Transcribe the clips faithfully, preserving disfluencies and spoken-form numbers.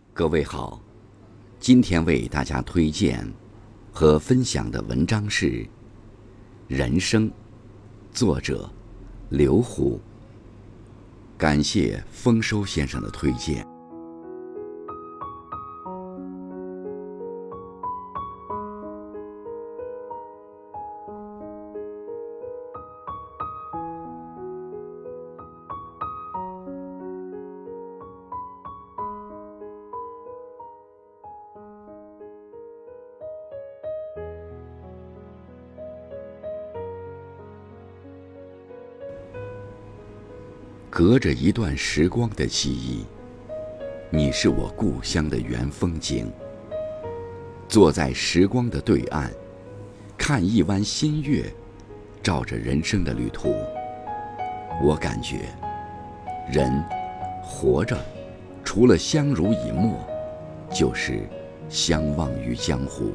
各位好，今天为大家推荐和分享的文章是《人生》，作者刘虎。感谢丰收先生的推荐。隔着一段时光的记忆，你是我故乡的原风景。坐在时光的对岸，看一弯新月照着人生的旅途。我感觉人活着除了相濡以沫，就是相忘于江湖。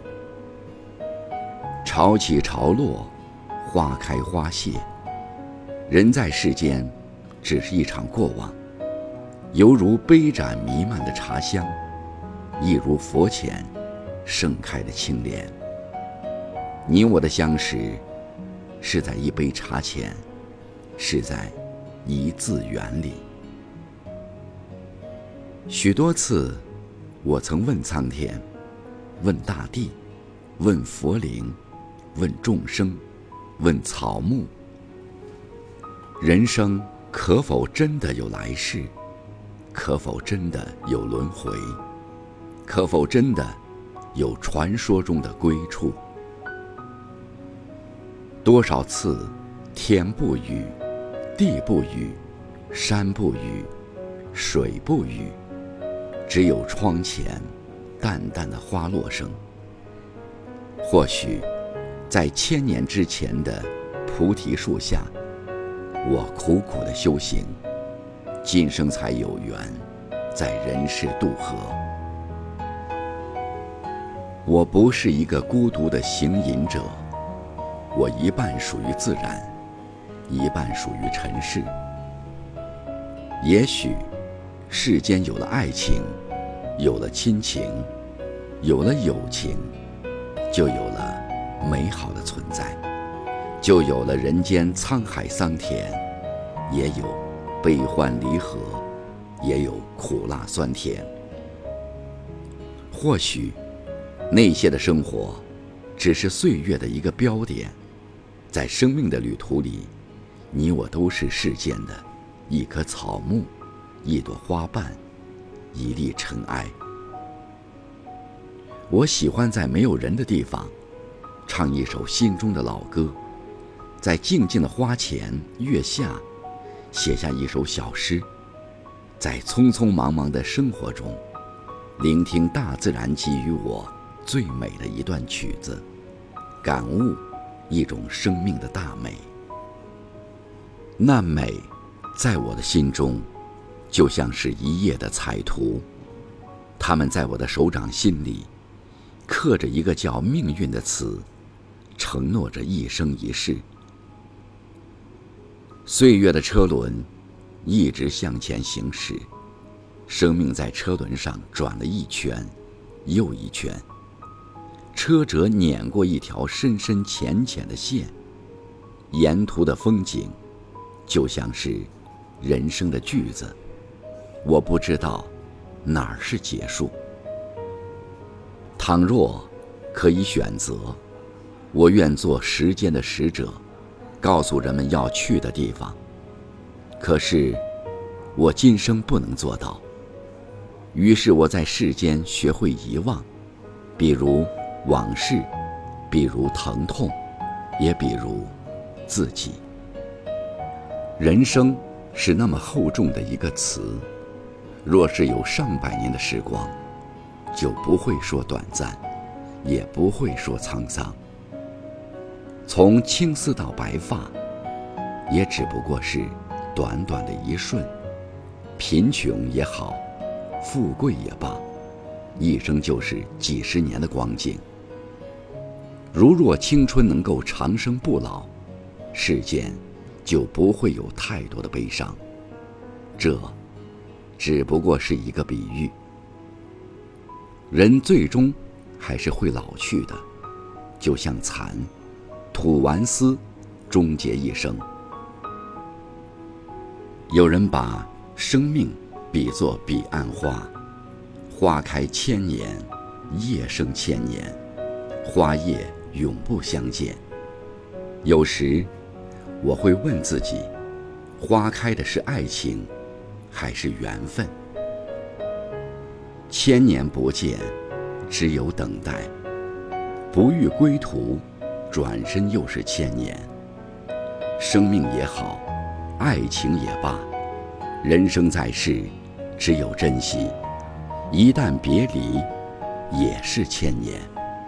潮起潮落，花开花谢，人在世间只是一场过往，犹如杯盏弥漫的茶香，亦如佛前盛开的青莲。你我的相识，是在一杯茶前，是在一字缘里。许多次，我曾问苍天，问大地，问佛灵，问众生，问草木，人生可否真的有来世？可否真的有轮回？可否真的有传说中的归处？多少次天不语，地不语，山不语，水不语，只有窗前淡淡的花落声。或许在千年之前的菩提树下，我苦苦的修行，今生才有缘在人世渡河。我不是一个孤独的行隐者，我一半属于自然，一半属于尘世。也许世间有了爱情，有了亲情，有了友情，就有了美好的存在，就有了人间沧海桑田，也有悲欢离合，也有苦辣酸甜。或许那些的生活只是岁月的一个标点，在生命的旅途里，你我都是世间的一棵草木，一朵花瓣，一粒尘埃。我喜欢在没有人的地方唱一首心中的老歌，在静静的花前月下写下一首小诗，在匆匆忙忙的生活中聆听大自然给予我最美的一段曲子，感悟一种生命的大美。那美在我的心中就像是一页的彩图，它们在我的手掌心里刻着一个叫命运的词，承诺着一生一世。岁月的车轮一直向前行驶，生命在车轮上转了一圈又一圈，车辙碾过一条深深浅浅的线，沿途的风景就像是人生的句子，我不知道哪儿是结束。倘若可以选择，我愿做时间的使者，告诉人们要去的地方。可是我今生不能做到，于是我在世间学会遗忘，比如往事，比如疼痛，也比如自己。人生是那么厚重的一个词，若是有上百年的时光，就不会说短暂，也不会说沧桑。从青丝到白发，也只不过是短短的一瞬。贫穷也好，富贵也罢，一生就是几十年的光景。如若青春能够长生不老，世间就不会有太多的悲伤。这只不过是一个比喻。 人最终还是会老去的，就像蚕，吐完丝，终结一生。有人把生命比作彼岸花，花开千年，叶生千年，花叶永不相见。有时我会问自己，花开的是爱情还是缘分？千年不见，只有等待，不遇归途，转身又是千年。生命也好，爱情也罢，人生在世，只有珍惜，一旦别离，也是千年。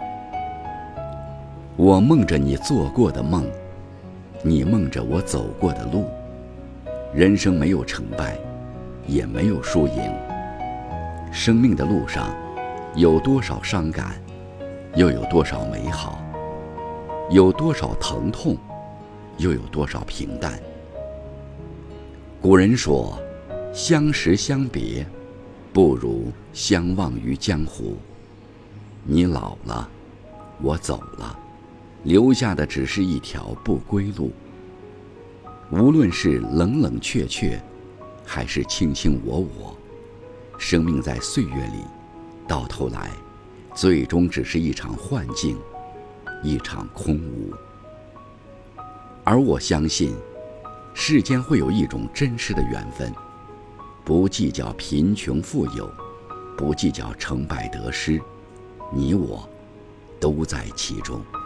我梦着你做过的梦，你梦着我走过的路。人生没有成败，也没有输赢。生命的路上，有多少伤感，又有多少美好；有多少疼痛，又有多少平淡。古人说，相识相别，不如相忘于江湖。你老了，我走了，留下的只是一条不归路。无论是冷冷却却，还是卿卿我我，生命在岁月里，到头来，最终只是一场幻境，一场空无。而我相信，世间会有一种真实的缘分，不计较贫穷富有，不计较成败得失，你我都在其中。